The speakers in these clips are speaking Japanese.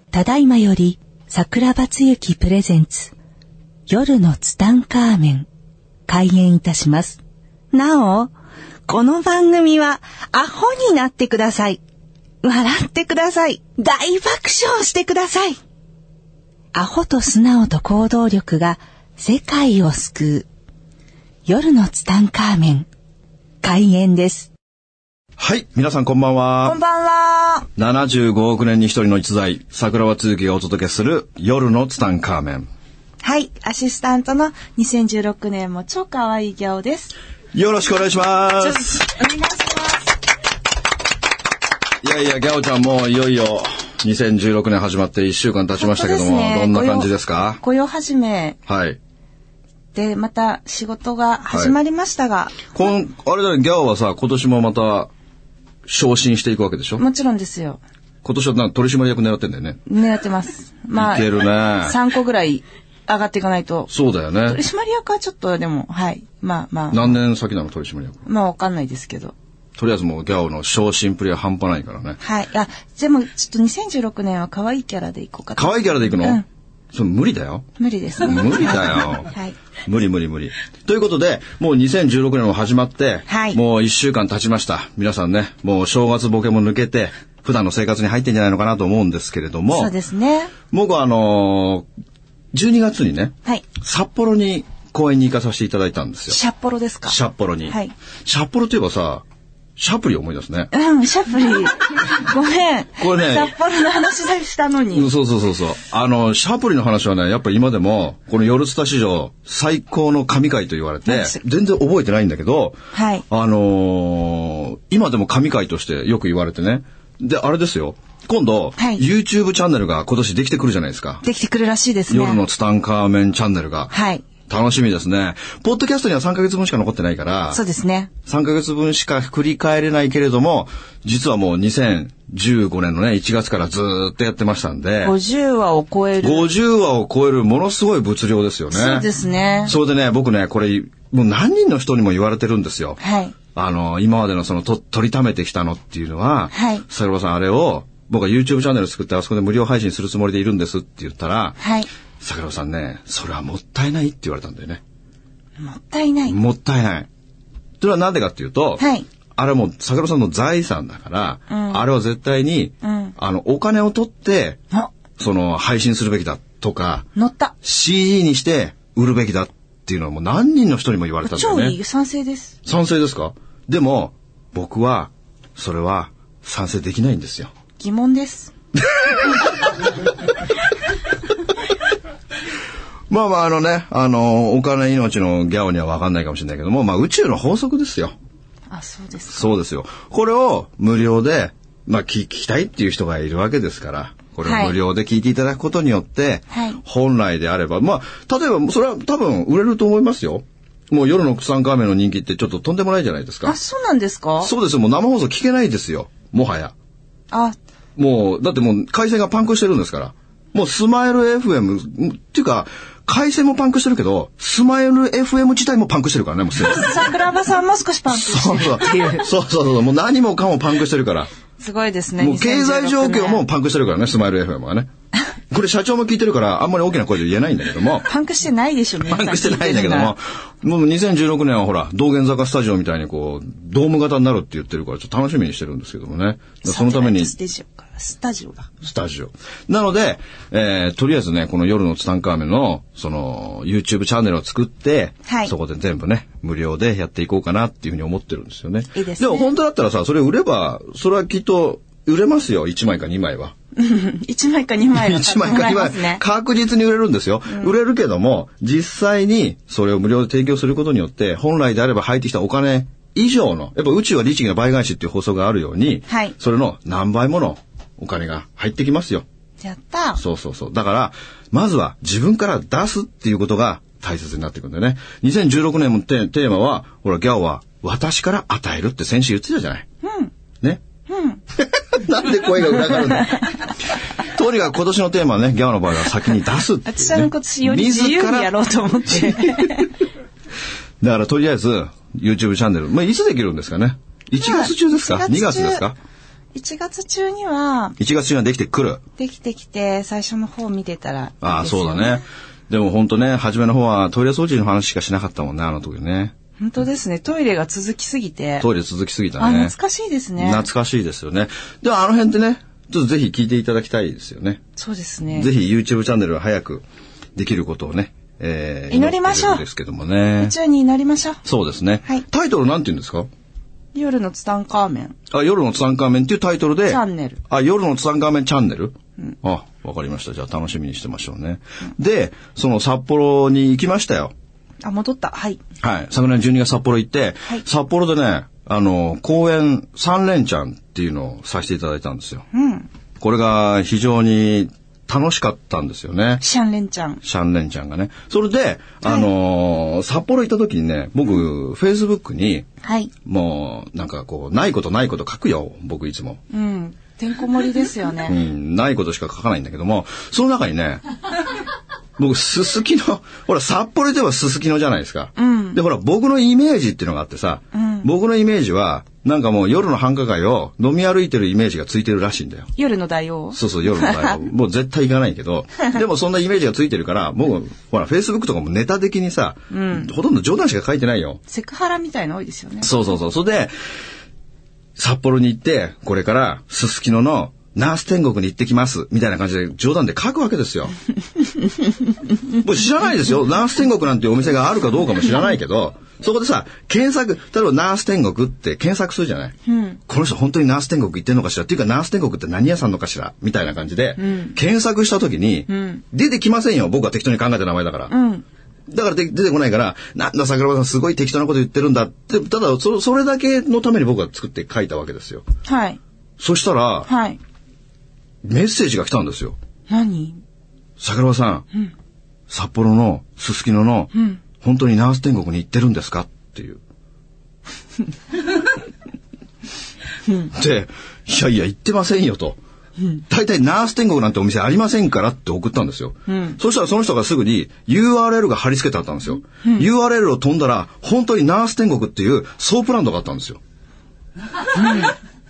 ただいまより桜庭つゆきプレゼンツ夜のツタンカーメン開演いたします。なお、この番組はアホになってください。笑ってください。大爆笑してください。アホと素直と行動力が世界を救う夜のツタンカーメン開演です。 はい、皆さんこんばんは。 こんばんは。 75億年に一人の逸材、桜庭つゆきがお届けする夜のツタンカーメン。 はい、アシスタントの2016年も超可愛いギャオです。 よろしくお願いします。 お願いします。 いや、ギャオちゃんもいよいよ2016年始まって1週間経ちましたけども、どんな感じですか？ 雇用始め。 はい。 で、また仕事が始まりましたが。 あれだね、ギャオはさ、今年もまた、昇進していくわけでしょ？もちろんですよ。 今年は取締役狙ってんだよね。 狙ってます。まあ、 いけるね。 3個ぐらい上がっていかないと。 そうだよね。 取締役はちょっとでも、はい。まあ。 何年先なの取締役？ まあわかんないですけど。 とりあえずもうギャオの昇進プレイは半端ないからね。 はい。でもちょっと2016年は可愛いキャラでいこうかと。 可愛いキャラでいくの？うん。それ無理だよ。 無理ですね。 無理だよ。はい。無理。ということで、もう2016年も始まって、はい、もう1週間経ちました。皆さんね、もう正月ボケも抜けて、普段の生活に入ってんじゃないのかなと思うんですけれども。 そうですね。 僕は12月にね、はい、札幌に公演に行かさせていただいたんですよ。 札幌ですか？ 札幌に。はい。札幌といえばさ、シャプリ思い出すね。 うん、シャプリ。ごめん。 これね。 札幌の話でしたのに。 そう。シャプリの話はね、やっぱり今でも、この夜スタ史上最高の神回と言われて、全然覚えてないんだけど、はい。今でも神回としてよく言われてね。で、あれですよ。今度、はい、YouTube チャンネルが今年できてくるじゃないですか。 できてくるらしいですね。 夜のツタンカーメンチャンネルが。はい。楽しみですね。ポッドキャストには3ヶ月分しか残ってないから。 そうですね。 3ヶ月分しか振り返れないけれども、実はもう2015年のね、1月からずーっとやってましたんで。 50話を超える。 50話を超えるものすごい物量ですよね。 そうですね。 それでね、僕ね、これ、もう何人の人にも言われてるんですよ。はい。今までの取りためてきたのっていうのは、はい。桜庭さんあれを、僕は YouTube チャンネル作ってあそこで無料配信するつもりでいるんですって言ったら、はい。桜庭さんね、それはもったいないって言われたんだよね。 もったいない。 もったいない。それはなんでかっていうと、はい。あれはもう桜庭さんの財産だから、うん、あれは絶対に、うん、お金を取って、配信するべきだとか、 乗った。 CD にして売るべきだっていうのはもう何人の人にも言われたんだよね。 超いい、賛成です。 賛成ですか？でも、僕は、それは賛成できないんですよ。 疑問です。 まあお金命のギャオには分かんないかもしれないけども、まあ宇宙の法則ですよ。 あ、そうですか。 そうですよ。これを無料で、聞きたいっていう人がいるわけですから、これを無料で聞いていただくことによって、はい、本来であれば、例えば、それは多分売れると思いますよ。もう夜のツタンカーメンの人気ってちょっととんでもないじゃないですか。 あ、そうなんですか？ そうですよ。もう生放送聞けないですよ。もはや。もう、だってもう回線がパンクしてるんですから。もうスマイル FM っていうか、回線もパンクしてるけど、スマイル FM 自体もパンクしてるからね、もうすでに。 桜庭さんも少しパンクしてるっていう。 そう。もう何もかもパンクしてるから。 すごいですね。 もう経済状況もパンクしてるからね、スマイル FM はね。これ社長も聞いてるからあんまり大きな声で言えないんだけども。 パンクしてないでしょね。 パンクしてないんだけども。もう2016年はほら、道玄坂スタジオみたいにこう、ドーム型になるって言ってるからちょっと楽しみにしてるんですけどもね。そのために。 スタジオ。 なので、とりあえずね、この夜のツタンカーメンの、YouTube チャンネルを作って、はい、そこで全部ね、無料でやっていこうかなっていうふうに思ってるんですよね。 いいですね。 でも本当だったらさ、それ売れば、それはきっと売れますよ。1枚か2枚は。 1枚か2枚は。1枚か2枚。 確実に売れるんですよ。売れるけども、実際にそれを無料で提供することによって、本来であれば入ってきたお金以上の、やっぱ宇宙は律儀な倍返しっていう法則があるように、はい、それの何倍ものお金が入ってきますよ。 やった。 そう。だから、まずは自分から出すっていうことが大切になってくるんだよね。2016年のテーマは、ほら、ギャオは私から与えるって先週言ってたじゃない。 うん。 ね。なんで声が裏返るの？とにかく今年のテーマはね、ギャオの場合は先に出すっていう、ね。 私は今年より自由にやろうと思って。 だからとりあえず YouTube チャンネル、いつできるんですかね？1月中ですか？2月ですか？ 1月中には。 1月中にはできてくる。 できてきて、最初の方見てたらいいですよね。 ああ、そうだね。でも本当ね、初めの方はトイレ掃除の話しかしなかったもんね、あの時ね。 本当ですね。トイレが続きすぎて。 トイレ続きすぎたね。 懐かしいですね。 懐かしいですよね。ではあの辺ってね、ちょっとぜひ聞いていただきたいですよね。 そうですね。 ぜひ YouTube チャンネルが早くできることをね、 祈りましょう。 ですけどもね。 宇宙に祈りましょう。 そうですね。はい。タイトルなんて言うんですか？ 夜のツタンカーメン。 あ、夜のツタンカーメンっていうタイトルで。 チャンネル。 あ、夜のツタンカーメンチャンネル？うん、あ、わかりました。じゃあ楽しみにしてましょうね。うん、で、その札幌に行きましたよ。 あ、戻った。はい。 はい。昨年12月札幌行って、はい、札幌でね、公演3連チャンっていうのをさせていただいたんですよ。うん。これが非常に楽しかったんですよね。 シャンレンちゃん。 シャンレンちゃんがね。それで、札幌行った時にね、僕、Facebook に、はい。もう、なんかこう、ないことないこと書くよ、僕いつも。 うん。てんこ盛りですよね。 うん。ないことしか書かないんだけども、その中にね、僕、すすきの、ほら、札幌ではすすきのじゃないですか。うん。で、ほら、僕のイメージっていうのがあってさ、うん、僕のイメージは、なんかもう夜の繁華街を飲み歩いてるイメージがついてるらしいんだよ。 夜の大王。 そうそう、夜の大王。もう絶対行かないけど、でもそんなイメージがついてるから、僕、ほら、Facebook とかもネタ的にさ、うん、ほとんど冗談しか書いてないよ。 セクハラみたいなの多いですよね。 そうそうそう。それで、札幌に行って、これから、すすきのの、ナース天国に行ってきますみたいな感じで冗談で書くわけですよ。もう知らないですよ。ナース天国なんていうお店があるかどうかも知らないけど、そこでさ、検索、例えばナース天国って検索するじゃない、うん、この人本当にナース天国行ってんのかしらっていうか、ナース天国って何屋さんのかしらみたいな感じで、うん、検索した時に、うん、出てきませんよ。僕は適当に考えた名前だから。うんだから出てこないから、なんだ桜庭さんすごい適当なこと言ってるんだって、ただそれだけのために僕は作って書いたわけですよ。はい。そしたら、はい。メッセージが来たんですよ。 何？ 桜庭さん、うん、札幌のすすきのの、うん、本当にナース天国に行ってるんですかっていう。で、いやいや行ってませんよと。大体ナース天国なんてお店ありませんからって送ったんですよ。うん、そしたらその人がすぐに URL が貼り付けてあったんですよ。うん、URL を飛んだら本当にナース天国っていうソープランドがあったんですよ。うん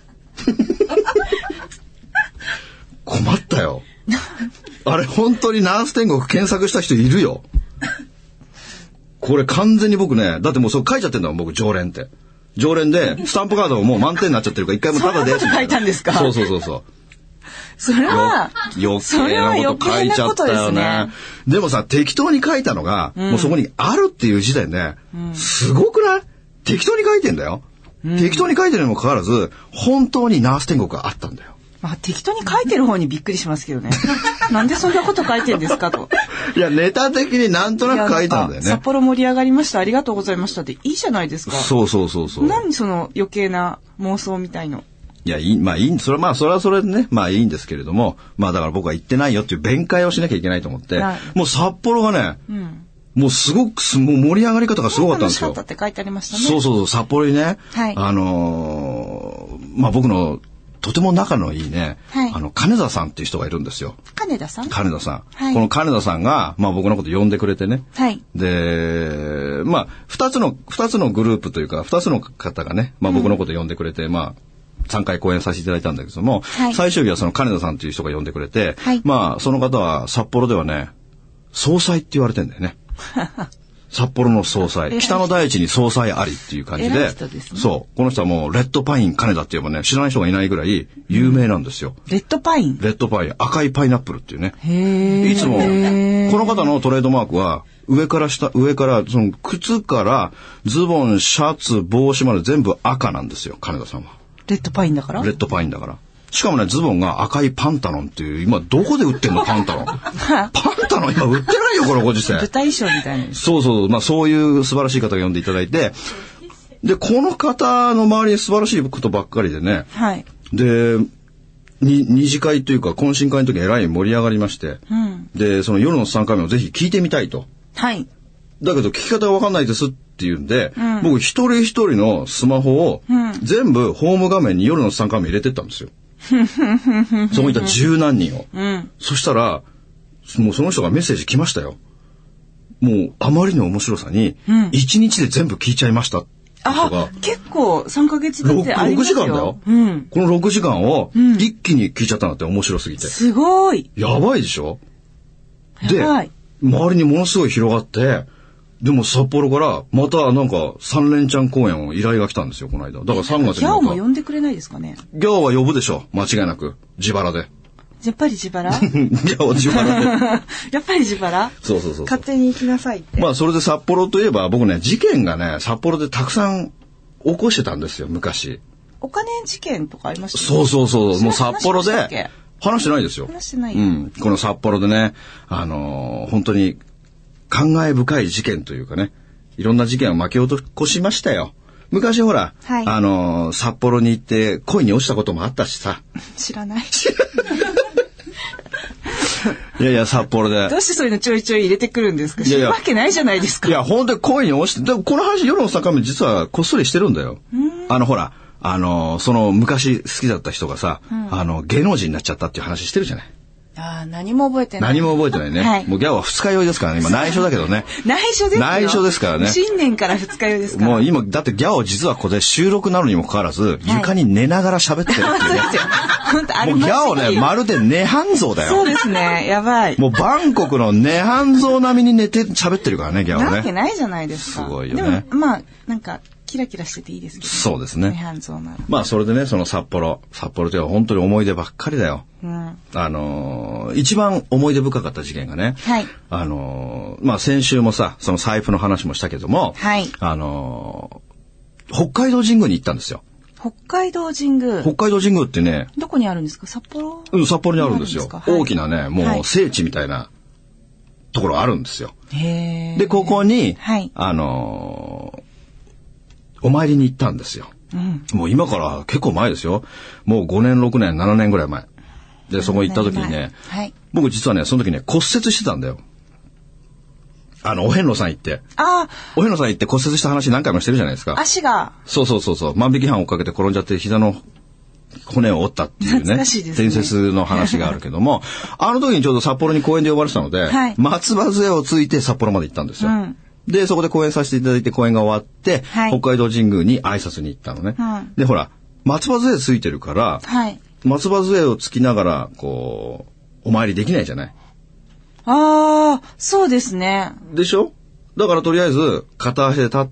困ったよ。あれ本当にナース天国検索した人いるよ。これ完全に僕ね、だってもうそう書いちゃってんだもん僕常連って。常連でスタンプカードがもう満点になっちゃってるから一回もタダで。 そんなこと書いたんですか？ そうそうそうそう。 それは余計なこと書いちゃったよね。でもさ適当に書いたのが、もうそこにあるっていう時点で、すごくない？適当に書いてんだよ。適当に書いてるにもかかわらず本当にナース天国があったんだよ。 まあ、適当に書いてる方にびっくりしますけどね。なんでそんなこと書いてんですかと。 いや、ネタ的になんとなく書いたんだよね。 札幌盛り上がりました。ありがとうございましたっていいじゃないですか。 そうそうそうそう。 何その余計な妄想みたいの。 いや、まあいい、それはそれでね、まあいいんですけれども、まあだから僕は行ってないよっていう弁解をしなきゃいけないと思って、はい、もう札幌がね、うん、もうすごく、もう盛り上がり方がすごかったんですよ。 楽しかったって書いてありましたね。 そうそうそう、札幌にね、はい、まあ僕の、とても仲のいいね、はい、金田さんっていう人がいるんですよ。 金田さん？ 金田さん。はい、この金田さんが、まあ僕のこと呼んでくれてね。はい。で、まあ、二つのグループというか、二つの方がね、まあ僕のこと呼んでくれて、まあ、3回講演させていただいたんだけども、はい、最終日はその金田さんという人が呼んでくれて、はい、まあ、その方は札幌ではね、総裁って言われてんだよね。札幌の総裁、北の大地に総裁ありっていう感じで、そう、この人はもうレッドパイン金田って言えばね、知らない人がいないぐらい有名なんですよ。 レッドパイン？ レッドパイン、赤いパイナップルっていうね。いつも、この方のトレードマークは、上から、その靴からズボン、シャツ、帽子まで全部赤なんですよ、金田さんは。 レッドパインだから？ レッドパインだから。しかもね、ズボンが赤いパンタロンっていう、今どこで売ってんのパンタロン。パンタロン今売ってないよ、このご時世。 舞台衣装みたいな。 そうそう、まあそういう素晴らしい方が呼んでいただいて、で、この方の周りに素晴らしいことばっかりでね、はい。で、二次会というか懇親会の時にえらい盛り上がりまして、うん、で、その夜の3回目をぜひ聞いてみたいと。はい。だけど聞き方がわかんないですって言うんで、うん、僕一人一人のスマホを全部ホーム画面に夜の3回目入れてったんですよ。そこにいた十何人を、うん、そしたらもうその人がメッセージ来ましたよ。もうあまりの面白さに、うん、1日で全部聞いちゃいましたってあ、結構3ヶ月だってありますよ。 6時間だよ。 うん。 この6時間を一気に聞いちゃったんだって、面白すぎて。 すごい。 やばいでしょ？ やばい。 で、周りにものすごい広がって、でも札幌からまたなんか3連チャン公演を依頼が来たんですよ、この間。だから3月に。 ギャオも呼んでくれないですかね？ ギャオは呼ぶでしょ、間違いなく。自腹で。 やっぱり自腹？ ギャオ自腹で。 やっぱり自腹？ そう。 勝手に行きなさいって。 まあそれで札幌といえば僕ね、事件がね、札幌でたくさん起こしてたんですよ、昔。 お金事件とかありましたね。 そう。もう札幌で。話してないですよ。 話してない。 うん。この札幌でね、本当に感慨深い事件というかね、いろんな事件を巻き起こしましたよ。昔ほら、はい、札幌に行って恋に落ちたこともあったしさ。 知らない。 いや札幌で。どうしてそういうのちょいちょい入れてくるんですか？知るわけないじゃないですか。 いや、本当に恋に落ちて、でもこの話夜の坂道実はこっそりしてるんだよ。ほら、その昔好きだった人がさ、芸能人になっちゃったっていう話してるじゃない。 何も覚えてない。 何も覚えてないね。はい、もうギャオは二日酔いですからね。今内緒だけどね。 内緒ですよ。 内緒ですからね。 新年から二日酔いですから。 もう今、だってギャオ実はここで収録なのにもかかわらず、床に寝ながら喋ってるっていうね。 本当あれもうギャオね、まるで涅槃像だよ。 そうですね。やばい。 もうバンコクの涅槃像並みに寝て喋ってるからね、ギャオね。 なわけないじゃないですか。 すごいよね。 でも、まあ、なんか、キラキラしてていいですけど、ね。 そうですね。 涅槃像なら。 まあ、それでね、その札幌というのは本当に思い出ばっかりだよ。 うん、 一番思い出深かった事件がね。 はい。 まあ、先週もさ、その財布の話もしたけども。 はい。 北海道神宮に行ったんですよ。 北海道神宮。 北海道神宮ってね。 どこにあるんですか？札幌？ うん、札幌にあるんですよ。 はい、 大きなね、もう聖地みたいなところがあるんですよ。 へー。 で、ここに、 はい、 お参りに行ったんですよ。 うん、 もう今から結構前ですよ。もう5年、6年、7年ぐらい前。で、そこ行った時にね、 はい、 僕実はね、その時ね、骨折してたんだよ。お遍路さん行って。お遍路さん行って骨折した話何回もしてるじゃないですか。 足が。 そう。万引き犯を追っかけて転んじゃって膝の骨を折ったっていうね。伝説の話があるけども、あの時にちょうど札幌に公園で呼ばれてたので、 はい、 松葉杖をついて札幌まで行ったんですよ。 うん、 で、そこで講演させていただいて講演が終わって、 はい、 北海道神宮に挨拶に行ったのね。 うん、 で、ほら、松葉杖ついてるから、 はい、 松葉杖をつきながら、こう、お参りできないじゃない。 そうですね。 でしょ？だからとりあえず、片足で立って、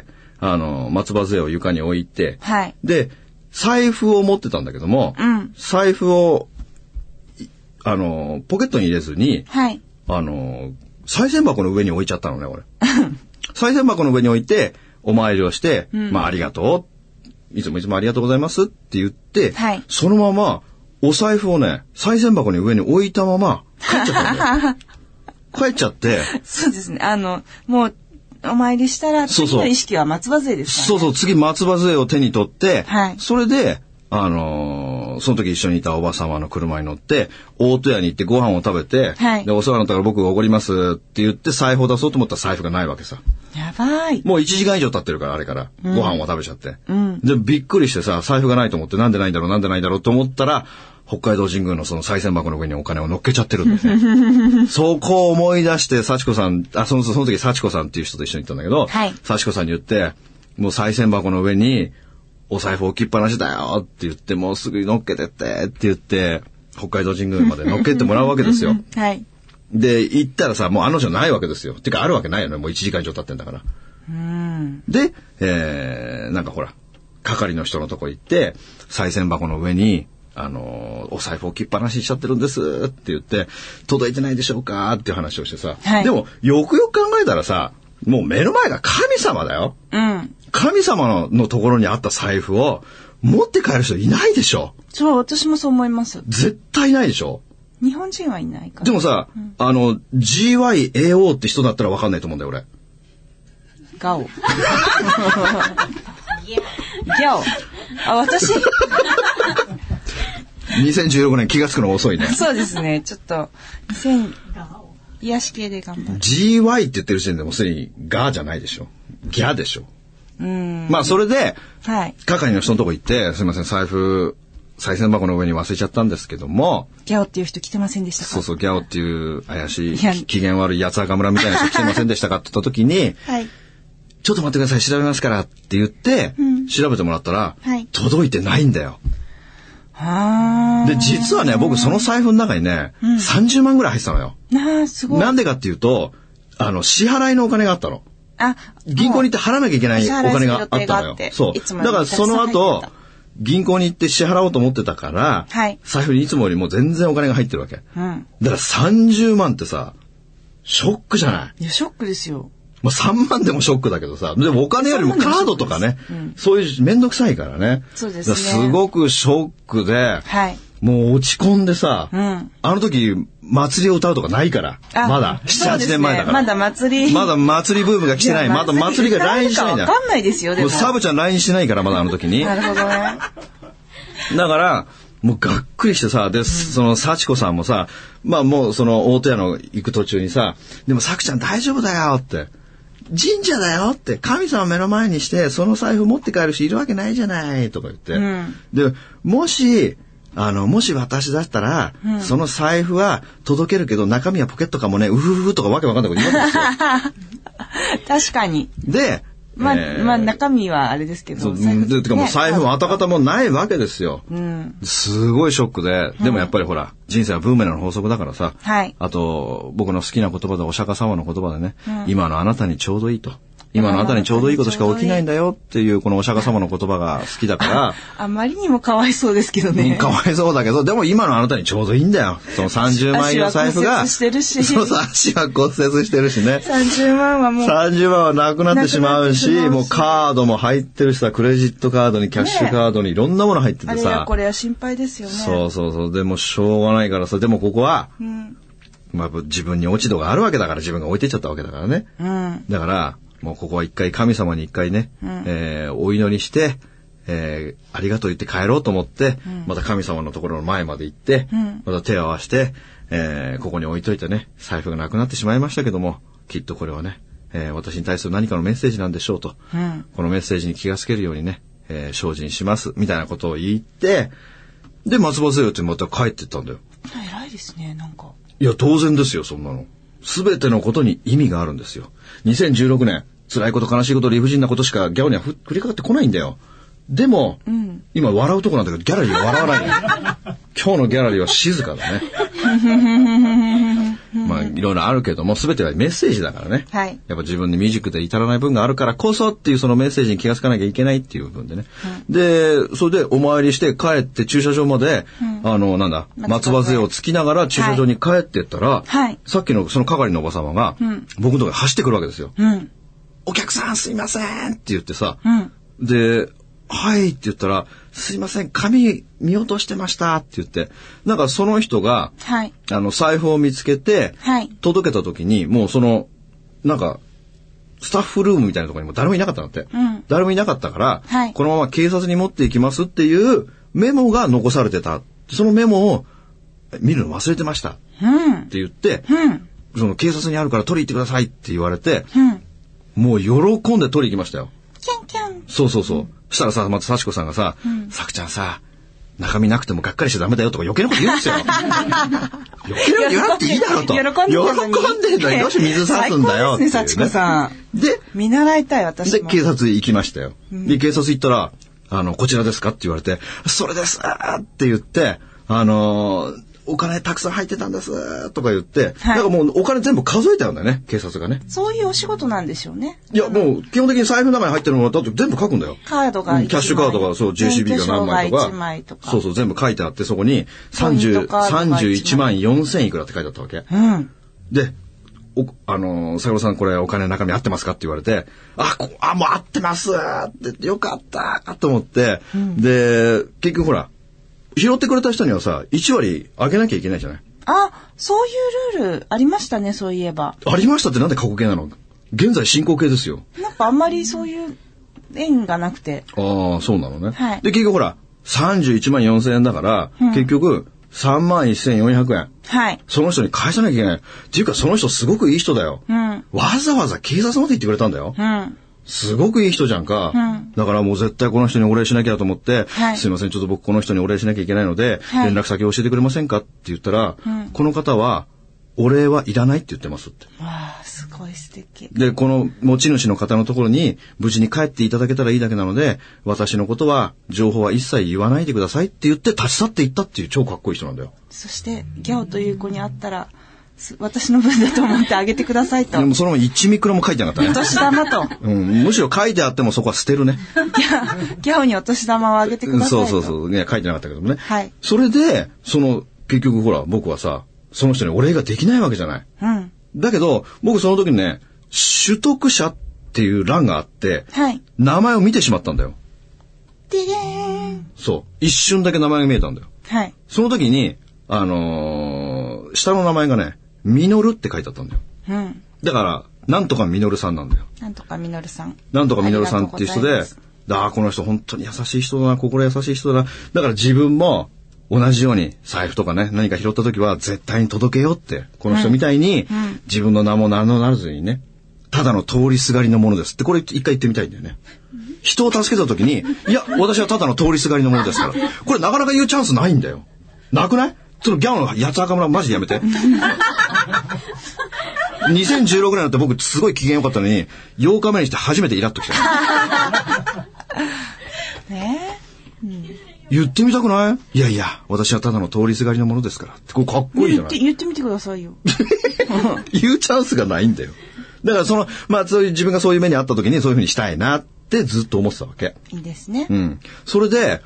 松葉杖を床に置いて、 はい、 で、財布を持ってたんだけども、 うん、 財布を、ポケットに入れずに、 はい、 賽銭箱の上に置いちゃったのね、俺。賽銭箱の上に置いて、お参りをして、 うん、 まあ、ありがとう。いつもありがとうございますって言って、 はい、 そのまま、お財布をね、賽銭箱の上に置いたまま、帰っちゃったんだよ。帰っちゃって。 そうですね。もう、お参りしたら、次の意識は松葉杖ですからね。 そう、次松葉杖を手に取って、 はい、 それで、その時一緒にいたおば様の車に乗って、大戸屋に行ってご飯を食べて、 はい、 で、お世話になったから僕がおごりますって言って財布を出そうと思ったら財布がないわけさ。 やばい。 もう1時間以上経ってるから、あれから。 うん、 ご飯を食べちゃって。 うん、 で、びっくりしてさ、財布がないと思って、なんでないんだろうと思ったら、北海道神宮のその賽銭箱の上にお金を乗っけちゃってるんですね。そこを思い出して、幸子さん、その時幸子さんっていう人と一緒に行ったんだけど、 はい、 幸子さんに言って、もう賽銭箱の上に、お財布置きっぱなしだよって言って、もうすぐ乗っけてってって言って、北海道神宮まで乗っけてもらうわけですよ。 はい。 で、行ったらさ、もうあの女ないわけですよ。てかあるわけないよね。もう1時間以上経ってんだから。で、なんかほら、係の人のとこ行って、賽銭箱の上に、お財布置きっぱなしにしちゃってるんですって言って、届いてないでしょうかっていう話をしてさ。 はい、 でも、よくよく考えたらさ、もう目の前が神様だよ。 うん。 神様のところにあった財布を持って帰る人いないでしょ。 そう、私もそう思います。 絶対いないでしょ。 日本人はいないから。 でもさ、GYAO って人だったら分かんないと思うんだよ、俺。 ガオ。ギャオ。私。 2016年気がつくの遅いね。 そうですね。ちょっと、癒し系で頑張る。 GY って言ってる時点でもうすでにガーじゃないでしょ。ギャでしょ。まあそれで、 はい、 係の人のとこ行って、すいません、賽銭箱の上に忘れちゃったんですけども。 ギャオっていう人来てませんでしたか？ そう、ギャオっていう怪しい、機嫌悪い八つ赤村みたいな人来てませんでしたかって言った時に、 はい、 ちょっと待ってください、調べますからって言って、調べてもらったら、届いてないんだよ。で、実はね、僕その財布の中にね、30万ぐらい入ってたのよ。 すごい。 なんでかっていうと、支払いのお金があったの。銀行に行って払わなきゃいけないお金があったのよ。そう。だからその後、銀行に行って支払おうと思ってたから、財布にいつもよりも全然お金が入ってるわけ。だから30万ってさ、ショックじゃない？ いや、ショックですよ。 まあ3万でもショックだけどさ、でもお金よりもカードとかね、そういうめんどくさいからね。 そうですね。 すごくショックで、もう落ち込んでさ、あの時祭りを歌うとかないから、まだ7、8年前だから。 まだ祭りブームが来てない。まだ祭りが来日してないんだよ。 わかんないですよ、でも。 サブちゃん来日してないから、まだあの時に。 なるほどね。 だから、もうがっくりしてさ、で、その幸子さんもさ、まあもうその大戸屋の行く途中にさ、でもさくちゃん大丈夫だよって。神社だよって、神様目の前にしてその財布持って帰る人いるわけないじゃないとか言って、でもし私だったら、その財布は届けるけど中身はポケットかもね、うふふとかわけわかんないこと言うわけですよ。 確かに。 で、 まあ中身はあれですけど、 てかもう財布も跡形もないわけですよ。すごいショックで、でもやっぱりほら、人生はブーメランの法則だからさ、あと僕の好きな言葉でお釈迦様の言葉でね、今のあなたにちょうどいいと。今のあなたにちょうどいいことしか起きないんだよっていうこのお釈迦様の言葉が好きだから。 あまりにもかわいそうですけどね。 かわいそうだけど、でも今のあなたにちょうどいいんだよ。その30万円の財布が。 足は骨折してるし。 そうそう、足は骨折してるしね。 30万はもう。 30万はなくなってしまうし、もうカードも入ってるしさ、クレジットカードにキャッシュカードにいろんなもの入っててさ。 あれやこれは心配ですよね。 そう。でもしょうがないからさ、でもここは、まあ自分に落ち度があるわけだから、自分が置いてっちゃったわけだからね。だから、もうここは一回神様に一回ね、お祈りして、ありがとう言って帰ろうと思って、また神様のところの前まで行って、また手を合わせて、ここに置いといてね、財布がなくなってしまいましたけども、きっとこれはね、私に対する何かのメッセージなんでしょうと、このメッセージに気がつけるようにね、精進しますみたいなことを言って、で松葉杖をってまた帰ってったんだよ。 偉いですね、なんか。 いや当然ですよ、そんなの。すべてのことに意味があるんですよ。2016年、辛いこと悲しいこと理不尽なことしかギャオには降りかかってこないんだよ。でも、今笑うとこなんだけどギャラリーは笑わないの。今日のギャラリーは静かだね。まあいろいろあるけども、すべてはメッセージだからね。やっぱ自分に未熟で至らない分があるからこそっていうそのメッセージに気がつかなきゃいけないっていう部分でね。で、それでお参りして帰って駐車場まで、松葉杖をつきながら駐車場に帰ってったら、さっきのその係のおば様が、僕のところに走ってくるわけですよ。お客さんすいませんって言ってさ、で、はいって言ったら、すいません、紙見落としてましたって言って、なんかその人が、財布を見つけて、届けた時に、もうその、なんか、スタッフルームみたいなところにも誰もいなかったんだって。誰もいなかったから、このまま警察に持っていきますっていうメモが残されてた。そのメモを見るの忘れてました。って言って、その警察にあるから取り行ってくださいって言われて、もう喜んで取り行きましたよ。 キャンキャン。 そう。したらさ、また幸子さんがさ、さくちゃんさ、中身なくてもがっかりしちゃダメだよとか余計なこと言うんですよ。余計なこと言わなくていいだろうと。喜んでんだよ。どうして水差すんだよっていうね。 幸子さん。で、見習いたい私も。 で、警察行きましたよ。で、警察行ったら、こちらですかって言われて、それですって言って、お金たくさん入ってたんですとか言って、だからもうお金全部数えたんだよね、警察がね。 そういうお仕事なんでしょうね。 いや、もう基本的に財布の中に入ってるものだと全部書くんだよ。 カードが1枚、 キャッシュカードが、そう、JCB が何枚とか。そう、全部書いてあって、そこに31万4000いくらって書いてあったわけ。で、坂本さんこれお金中身合ってますかって言われて、もう合ってますってよかったと思って、で、結局ほら、拾ってくれた人にはさ、1割あげなきゃいけないじゃない。 そういうルールありましたね、そういえば。 ありましたってなんで過去形なの？現在進行形ですよ。 なんかあんまりそういう縁がなくて。 そうなのね。で、結局ほら、31万4000円だから、結局、3万1400円。その人に返さなきゃいけない。っていうか、その人すごくいい人だよ。わざわざ警察まで行ってくれたんだよ。すごくいい人じゃんか。だからもう絶対この人にお礼しなきゃと思って、すいません、ちょっと僕この人にお礼しなきゃいけないので、連絡先教えてくれませんかって言ったら、この方は、 お礼はいらないって言ってますって。 わあ、すごい素敵。 で、この持ち主の方のところに無事に帰っていただけたらいいだけなので、私のことは、情報は一切言わないでくださいって言って立ち去っていったっていう超かっこいい人なんだよ。 そして、ギャオという子に会ったら、私の分だと思ってあげてくださいと。 でもその1ミクロも書いてなかったね。 お年玉と。 むしろ書いてあってもそこは捨てるね。 ギャオにお年玉をあげてくださいと。 そう。ね、書いてなかったけどもね。 はい。 それで、結局ほら、僕はさ、その人にお礼ができないわけじゃない。 うん。 だけど、僕その時にね、取得者っていう欄があって、 はい。 名前を見てしまったんだよ。 ででーん。 そう。一瞬だけ名前が見えたんだよ。 はい。 その時に、下の名前がね、ミノルって書いてあったんだよ。 うん。 だから、なんとかミノルさんなんだよ。 なんとかミノルさん。 なんとかミノルさんっていう人で、この人本当に優しい人だな、心優しい人だな。だから自分も同じように財布とかね、何か拾った時は絶対に届けようって、この人みたいに、自分の名も名のならずにね、ただの通りすがりのものですって、これ一回言ってみたいんだよね。人を助けた時に、いや、私はただの通りすがりのものですから。これなかなか言うチャンスないんだよ。なくない？そのギャオの八つ赤村マジでやめて。2016年だって僕すごい機嫌良かったのに、8日目にして初めてイラッときた。言ってみたくない？いやいや、私はただの通りすがりのものですから。ってこれかっこいいじゃない？ 言ってみてくださいよ。 言うチャンスがないんだよ。だからそういう自分がそういう目にあった時にそういう風にしたいなってずっと思ってたわけ。 いいですね。 うん。それで、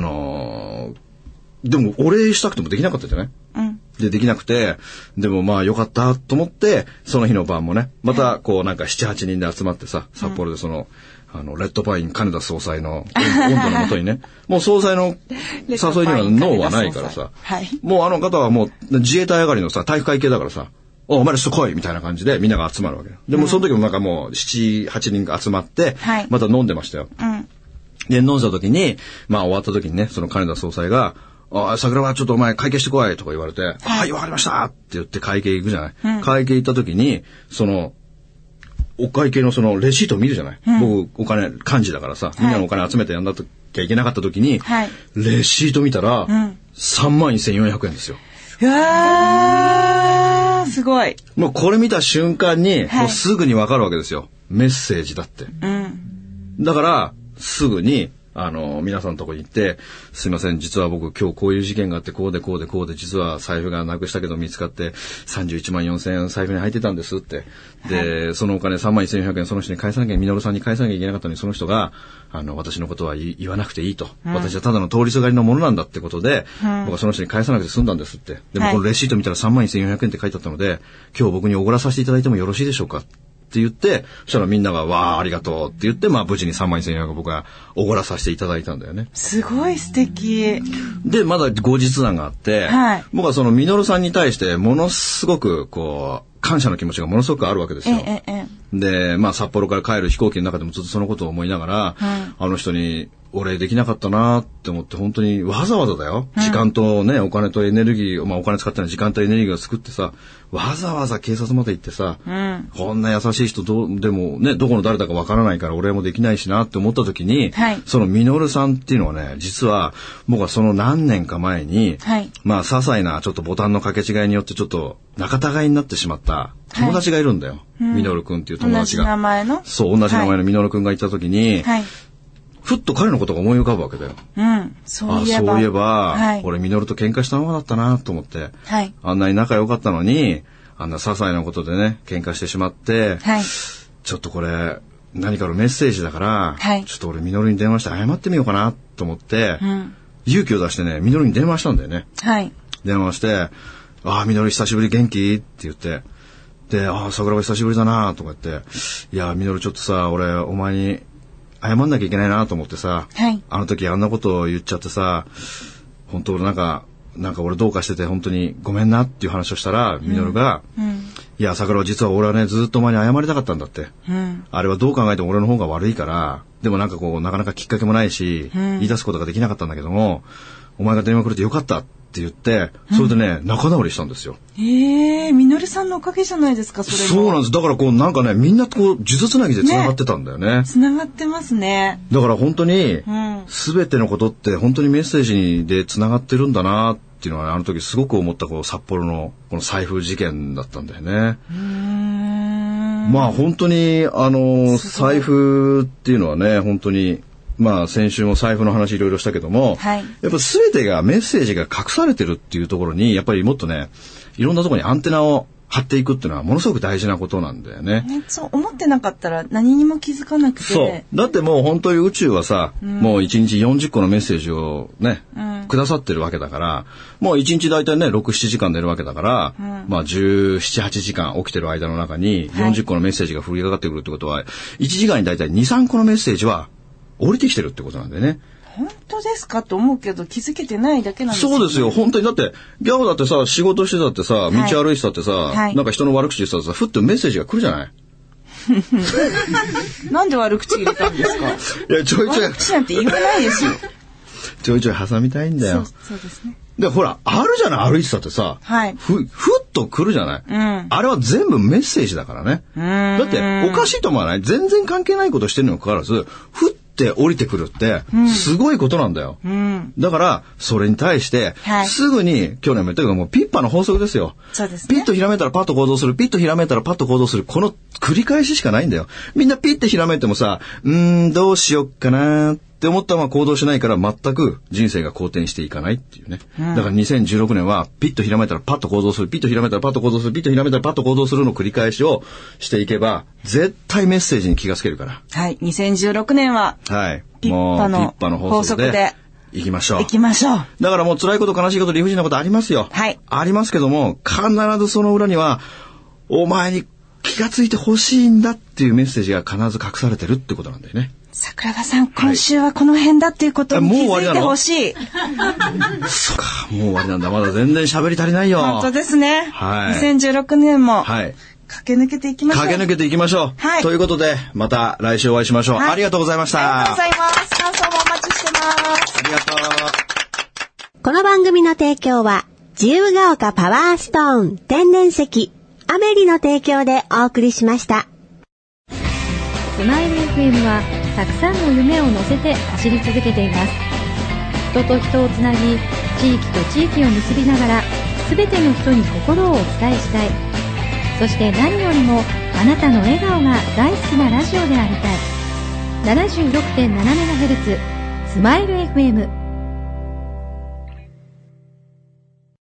でもお礼したくてもできなかったじゃない？ うん。 できなくて、でもまあよかったと思って、その日の晩もね、またこうなんか7、8人で集まってさ、札幌でレッドパイン金田総裁の温度のもとにね、もう総裁の誘いにはノーはないからさ、 はい、 もうあの方はもう自衛隊上がりのさ、体育会系だからさ、お前らちょっと来いみたいな感じでみんなが集まるわけよ。でもその時もなんかもう7、8人が集まって、また飲んでましたよ。 うん、 で、飲んだ時に、まあ終わった時にね、その金田総裁が、桜はちょっとお前会計してこいとか言われて、はい、わかりましたって言って会計行くじゃない。うん、会計行った時に、お会計のレシートを見るじゃない。うん、僕、お金、幹事だからさ、みんなのお金集めてやんなきゃいけなかった時に、はい、レシート見たら、31,400円ですよ。 うわー、すごい。 もうこれ見た瞬間に、もうすぐにわかるわけですよ。メッセージだって。 うん、 だから、すぐに、皆さんのとこに行って、すいません、実は僕今日こういう事件があって、こうで、実は財布がなくしたけど見つかって、31万4,000円財布に入ってたんですって。で、はい、そのお金31,400円その人に返さなきゃ、ミノルさんに返さなきゃいけなかったのに、その人が、私のことは言わなくていいと。私はただの通りすがりのものなんだってことで、僕はその人に返さなくて済んだんですって。でもこのレシート見たら31,400円って書いてあったので、今日僕におごらさせていただいてもよろしいでしょうかって言って、そしたらみんなが、わー、ありがとうって言って、まあ無事に31,400円僕はおごらさせていただいたんだよね。 すごい素敵。 で、まだ後日談があって、はい、僕はミノルさんに対してものすごく感謝の気持ちがものすごくあるわけですよ。で、まあ札幌から帰る飛行機の中でもずっとそのことを思いながら、あの人にお礼できなかったなって思って、本当にわざわざだよ。時間とね、お金とエネルギー、まあお金使ってない時間とエネルギーを作ってさ、わざわざ警察まで行ってさ、こんな優しい人でもね、どこの誰だかわからないからお礼もできないしなって思った時に、そのミノルさんっていうのはね、実は僕はその何年か前に、まあ些細なちょっとボタンの掛け違いによってちょっと仲違いになってしまった友達がいるんだよ。ミノル君っていう友達が。 同じ名前の？ そう、同じ名前のミノル君がいた時に、ふっと彼のことが思い浮かぶわけだよ。 そういえば、 俺ミノルと喧嘩したままだったなと思って、あんなに仲良かったのに、あんな些細なことでね、喧嘩してしまって、ちょっとこれ、何かのメッセージだから、ちょっと俺ミノルに電話して謝ってみようかなと思って、勇気を出してね、ミノルに電話したんだよね。電話して、ミノル久しぶり元気って言って、で、桜が久しぶりだなとか言って、いや、ミノルちょっとさ、俺、お前に、謝んなきゃいけないなと思ってさ、あの時あんなことを言っちゃってさ、本当なんか俺どうかしてて本当にごめんなっていう話をしたら、ミノルが、いや、桜は実は俺はね、ずっとお前に謝りたかったんだって。あれはどう考えても俺の方が悪いから、でもなんかなかなかきっかけもないし、言い出すことができなかったんだけども、お前が電話くれてよかったって言って、それでね、仲直りしたんですよ。 ミノルさんのおかげじゃないですか、それも。 そうなんです。だからなんかね、みんな数珠つなぎで繋がってたんだよね。 繋がってますね。 だから本当に、すべてのことって本当にメッセージで繋がってるんだなってっていうのは、あの時すごく思った札幌のこの財布事件だったんだよね。まあ本当に財布っていうのはね、本当にまあ先週も財布の話いろいろしたけども、はい、やっぱ全てがメッセージが隠されてるっていうところに、やっぱりもっとね、いろんなところにアンテナを張っていくっていうのはものすごく大事なことなんだよね。 そう思ってなかったら何にも気づかなくて。 そう。だってもう本当に宇宙はさ、もう1日40個のメッセージをね、くださってるわけだから、もう1日大体ね、6、7時間寝るわけだから、まあ17、8時間起きてる間の中に40個のメッセージが降りかかってくるってことは、1時間に大体2、3個のメッセージは降りてきてるってことなんだよね。 本当ですかと思うけど気づけてないだけなんですよね。 そうですよ。本当に。だってギャオだってさ、仕事してたってさ、道歩いてたってさ、なんか人の悪口言ってたってさ、ふってメッセージが来るじゃない。 なんで悪口入れたんですか。 いや、ちょいちょい。 悪口なんて言わないですよ。 ちょいちょい挟みたいんだよ。 そうですね。 で、ほら、あるじゃない、歩いてたってさ、ふっと来るじゃない、あれは全部メッセージだからね。だって、おかしいと思わない？全然関係ないことしてるにもかかわらず、ふって降りてくるって、すごいことなんだよ。だから、それに対して、すぐに、去年も言ったけども、ピッパの法則ですよ。 そうですね。 ピッとひらめいたらパッと行動する、ピッとひらめいたらパッと行動する、この繰り返ししかないんだよ。みんなピッてひらめいてもさ、どうしよっかなって思ったまま行動しないから全く人生が好転していかないっていうね。だから2016年はピッとひらめいたらパッと行動する、ピッとひらめいたらパッと行動する、ピッとひらめいたらパッと行動するの繰り返しをしていけば絶対メッセージに気がつけるから。 はい、2016年はピッパの法則で行きましょう。 行きましょう。 だからもう辛いこと悲しいこと理不尽なことありますよ。 はい。 ありますけども必ずその裏にはお前に気がついてほしいんだっていうメッセージが必ず隠されてるってことなんだよね。 桜庭さん、今週はこの辺だっていうことに気づいてほしい。 そうか、もう終わりなんだ。まだ全然喋り足りないよ。 本当ですね。 はい。 2016年も、駆け抜けていきましょう。 駆け抜けていきましょう。はい。ということで、また来週お会いしましょう。ありがとうございました。 ありがとうございます。感想もお待ちしてます。 ありがとう。 この番組の提供は、自由が丘パワーストーン天然石、アメリの提供でお送りしました。 スマイル FM はたくさんの夢を乗せて走り続けています。人と人をつなぎ、地域と地域を結びながら全ての人に心をお伝えしたい。そして何よりもあなたの笑顔が大好きなラジオでありたい。 76.7MHz スマイル FM